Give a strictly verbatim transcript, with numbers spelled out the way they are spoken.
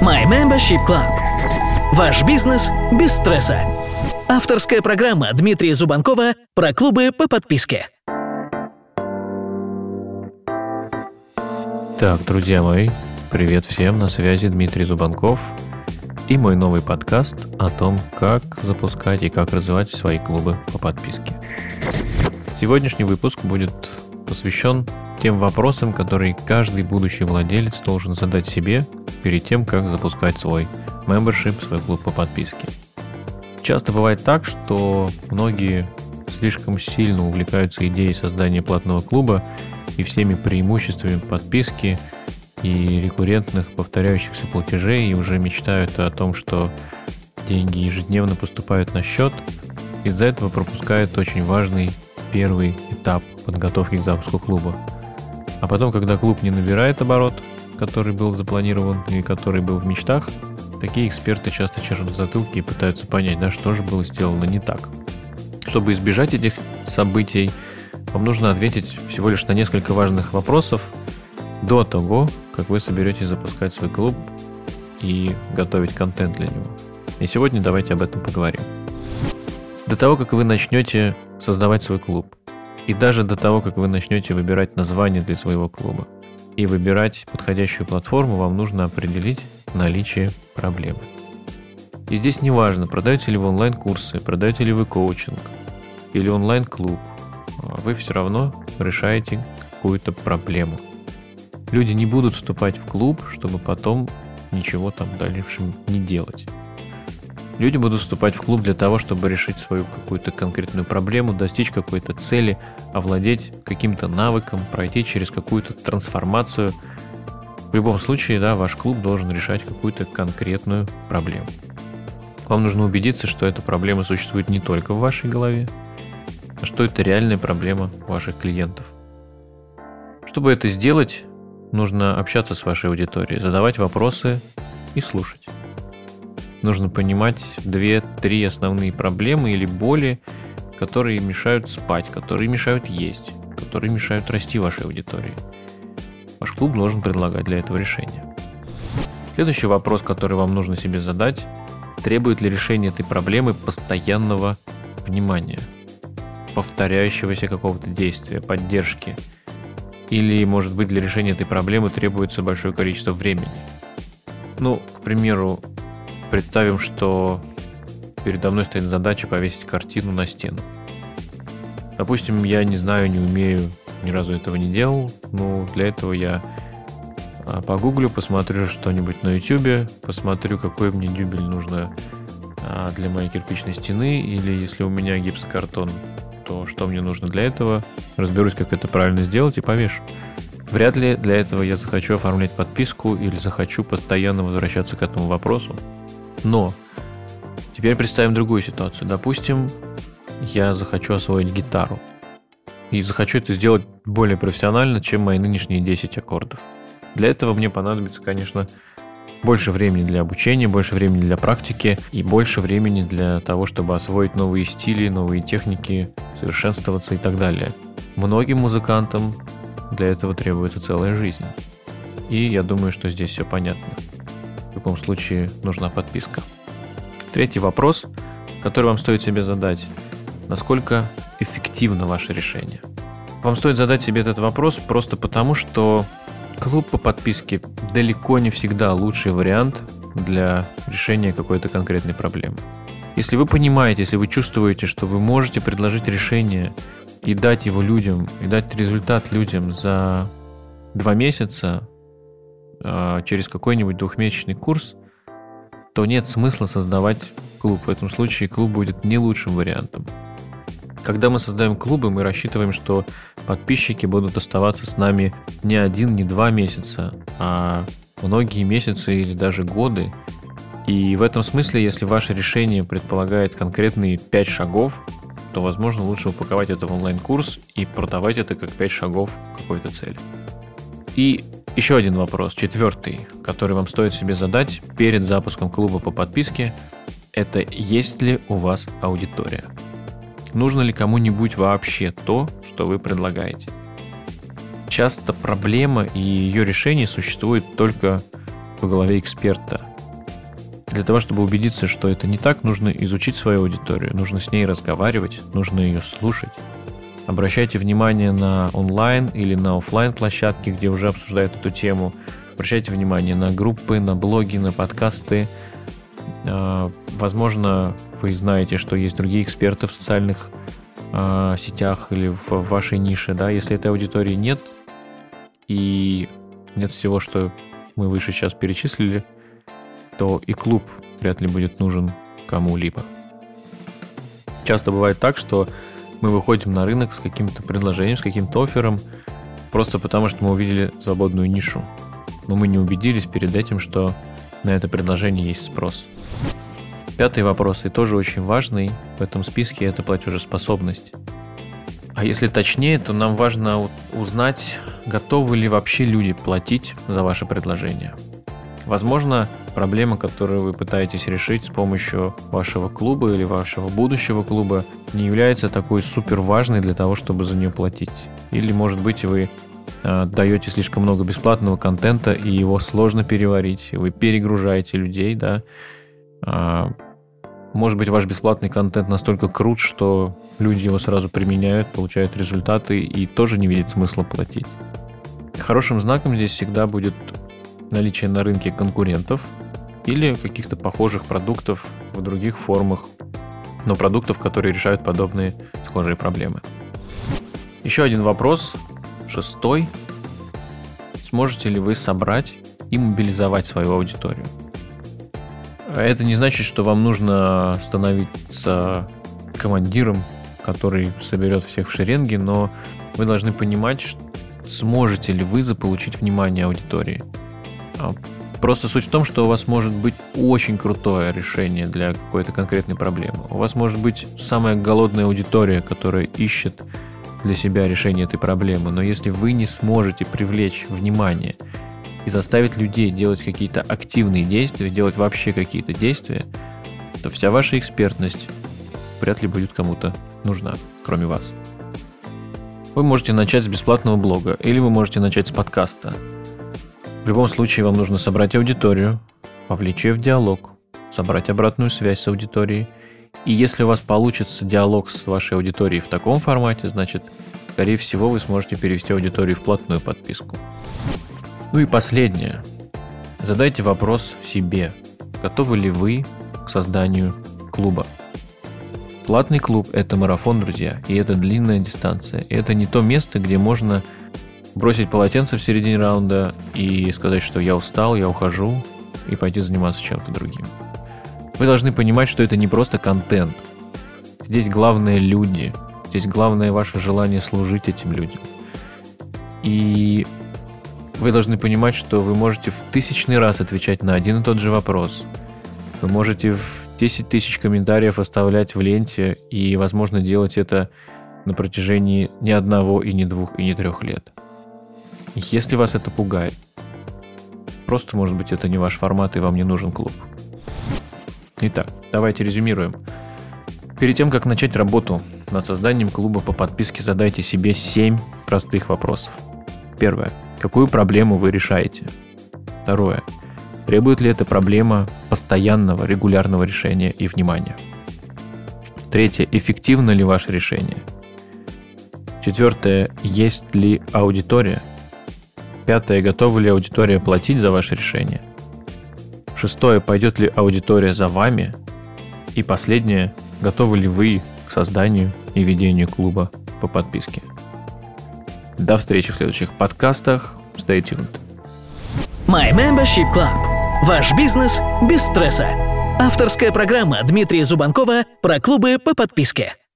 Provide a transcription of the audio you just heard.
My Membership Club. Ваш бизнес без стресса. Авторская программа Дмитрия Зубанкова про клубы по подписке. Так, друзья мои, привет всем, на связи Дмитрий Зубанков и мой новый подкаст о том, как запускать и как развивать свои клубы по подписке. Сегодняшний выпуск будет посвящен тем вопросам, которые каждый будущий владелец должен задать себе перед тем, как запускать свой membership, свой клуб по подписке. Часто бывает так, что многие слишком сильно увлекаются идеей создания платного клуба и всеми преимуществами подписки и рекуррентных повторяющихся платежей, и уже мечтают о том, что деньги ежедневно поступают на счет. Из-за этого пропускают очень важный первый этап подготовки к запуску клуба. А потом, когда клуб не набирает оборот, который был запланирован и который был в мечтах, такие эксперты часто чешут в затылке и пытаются понять, да, что же было сделано не так. Чтобы избежать этих событий, вам нужно ответить всего лишь на несколько важных вопросов до того, как вы соберетесь запускать свой клуб и готовить контент для него. И сегодня давайте об этом поговорим. До того, как вы начнете создавать свой клуб, и даже до того, как вы начнете выбирать название для своего клуба и выбирать подходящую платформу, вам нужно определить наличие проблемы. И здесь не важно, продаете ли вы онлайн-курсы, продаете ли вы коучинг или онлайн-клуб, вы все равно решаете какую-то проблему. Люди не будут вступать в клуб, чтобы потом ничего там дальше не делать. Люди будут вступать в клуб для того, чтобы решить свою какую-то конкретную проблему, достичь какой-то цели, овладеть каким-то навыком, пройти через какую-то трансформацию. В любом случае, да, ваш клуб должен решать какую-то конкретную проблему. Вам нужно убедиться, что эта проблема существует не только в вашей голове, а что это реальная проблема ваших клиентов. Чтобы это сделать, нужно общаться с вашей аудиторией, задавать вопросы и слушать. Нужно понимать две-три основные проблемы или боли, которые мешают спать, которые мешают есть, которые мешают расти вашей аудитории. Ваш клуб должен предлагать для этого решение. Следующий вопрос, который вам нужно себе задать: требует ли решение этой проблемы постоянного внимания, повторяющегося какого-то действия, поддержки? Или, может быть, для решения этой проблемы требуется большое количество времени? Ну, к примеру, представим, что передо мной стоит задача повесить картину на стену. Допустим, я не знаю, не умею, ни разу этого не делал, но для этого я погуглю, посмотрю что-нибудь на ютубе, посмотрю, какой мне дюбель нужно для моей кирпичной стены, или если у меня гипсокартон, то что мне нужно для этого, разберусь, как это правильно сделать, и повешу. Вряд ли для этого я захочу оформлять подписку или захочу постоянно возвращаться к этому вопросу. Но теперь представим другую ситуацию. Допустим, я захочу освоить гитару. И захочу это сделать более профессионально, чем мои нынешние десять аккордов. Для этого мне понадобится, конечно, больше времени для обучения, больше времени для практики и больше времени для того, чтобы освоить новые стили, новые техники, совершенствоваться и так далее. Многим музыкантам для этого требуется целая жизнь. И я думаю, что здесь все понятно. В таком случае нужна подписка. Третий вопрос, который вам стоит себе задать: насколько эффективно ваше решение? Вам стоит задать себе этот вопрос просто потому, что клуб по подписке далеко не всегда лучший вариант для решения какой-то конкретной проблемы. Если вы понимаете, если вы чувствуете, что вы можете предложить решение и дать его людям, и дать результат людям за два месяца э, через какой-нибудь двухмесячный курс, то нет смысла создавать клуб. В этом случае клуб будет не лучшим вариантом. Когда мы создаем клубы, мы рассчитываем, что подписчики будут оставаться с нами не один, не два месяца, а многие месяцы или даже годы. И в этом смысле, если ваше решение предполагает конкретные пять шагов, то, возможно, лучше упаковать это в онлайн-курс и продавать это как пять шагов к какой-то цели. И еще один вопрос, четвертый, который вам стоит себе задать перед запуском клуба по подписке, это: есть ли у вас аудитория? Нужно ли кому-нибудь вообще то, что вы предлагаете? Часто проблема и ее решение существует только в голове эксперта, Для того, чтобы убедиться, что это не так, нужно изучить свою аудиторию, нужно с ней разговаривать, нужно ее слушать. Обращайте внимание на онлайн или на офлайн площадки, где уже обсуждают эту тему. Обращайте внимание на группы, на блоги, на подкасты. Возможно, вы знаете, что есть другие эксперты в социальных сетях или в вашей нише. Да? Если этой аудитории нет, и нет всего, что мы выше сейчас перечислили, то и клуб вряд ли будет нужен кому-либо. Часто бывает так, что мы выходим на рынок с каким-то предложением, с каким-то оффером, просто потому что мы увидели свободную нишу. Но мы не убедились перед этим, что на это предложение есть спрос. Пятый вопрос, и тоже очень важный в этом списке, это платежеспособность. А если точнее, то нам важно узнать, готовы ли вообще люди платить за ваше предложение. Возможно, проблема, которую вы пытаетесь решить с помощью вашего клуба или вашего будущего клуба, не является такой супер важной для того, чтобы за нее платить. Или, может быть, вы э, даете слишком много бесплатного контента, и его сложно переварить, и вы перегружаете людей, да. А, может быть, ваш бесплатный контент настолько крут, что люди его сразу применяют, получают результаты и тоже не видят смысла платить. Хорошим знаком здесь всегда будет наличие на рынке конкурентов или каких-то похожих продуктов в других формах, но продуктов, которые решают подобные схожие проблемы. Еще один вопрос, шестой. Сможете ли вы собрать и мобилизовать свою аудиторию? Это не значит, что вам нужно становиться командиром, который соберет всех в шеренге, но вы должны понимать, что сможете ли вы заполучить внимание аудитории. Просто суть в том, что у вас может быть очень крутое решение для какой-то конкретной проблемы. У вас может быть самая голодная аудитория, которая ищет для себя решение этой проблемы. Но если вы не сможете привлечь внимание и заставить людей делать какие-то активные действия, делать вообще какие-то действия, то вся ваша экспертность вряд ли будет кому-то нужна, кроме вас. Вы можете начать с бесплатного блога, или вы можете начать с подкаста. В любом случае вам нужно собрать аудиторию, вовлечь ее в диалог, собрать обратную связь с аудиторией. И если у вас получится диалог с вашей аудиторией в таком формате, значит, скорее всего, вы сможете перевести аудиторию в платную подписку. Ну и последнее. Задайте вопрос себе. Готовы ли вы к созданию клуба? Платный клуб – это марафон, друзья, и это длинная дистанция. И это не то место, где можно бросить полотенце в середине раунда и сказать, что я устал, я ухожу, и пойти заниматься чем-то другим. Вы должны понимать, что это не просто контент. Здесь главное люди. Здесь главное ваше желание служить этим людям. И вы должны понимать, что вы можете в тысячный раз отвечать на один и тот же вопрос. Вы можете в десять тысяч комментариев оставлять в ленте и, возможно, делать это на протяжении ни одного, и ни двух, и ни трех лет. Если вас это пугает, просто, может быть, это не ваш формат и вам не нужен клуб. Итак, давайте резюмируем. Перед тем, как начать работу над созданием клуба по подписке, задайте себе семь простых вопросов. Первое. Какую проблему вы решаете? Второе. Требует ли эта проблема постоянного, регулярного решения и внимания? Третье. Эффективно ли ваше решение? Четвертое. Есть ли аудитория? Пятое. Готова ли аудитория платить за ваше решение? Шестое. Пойдет ли аудитория за вами? И последнее. Готовы ли вы к созданию и ведению клуба по подписке? До встречи в следующих подкастах. Stay tuned. My Membership Club. Ваш бизнес без стресса. Авторская программа Дмитрия Зубанкова про клубы по подписке.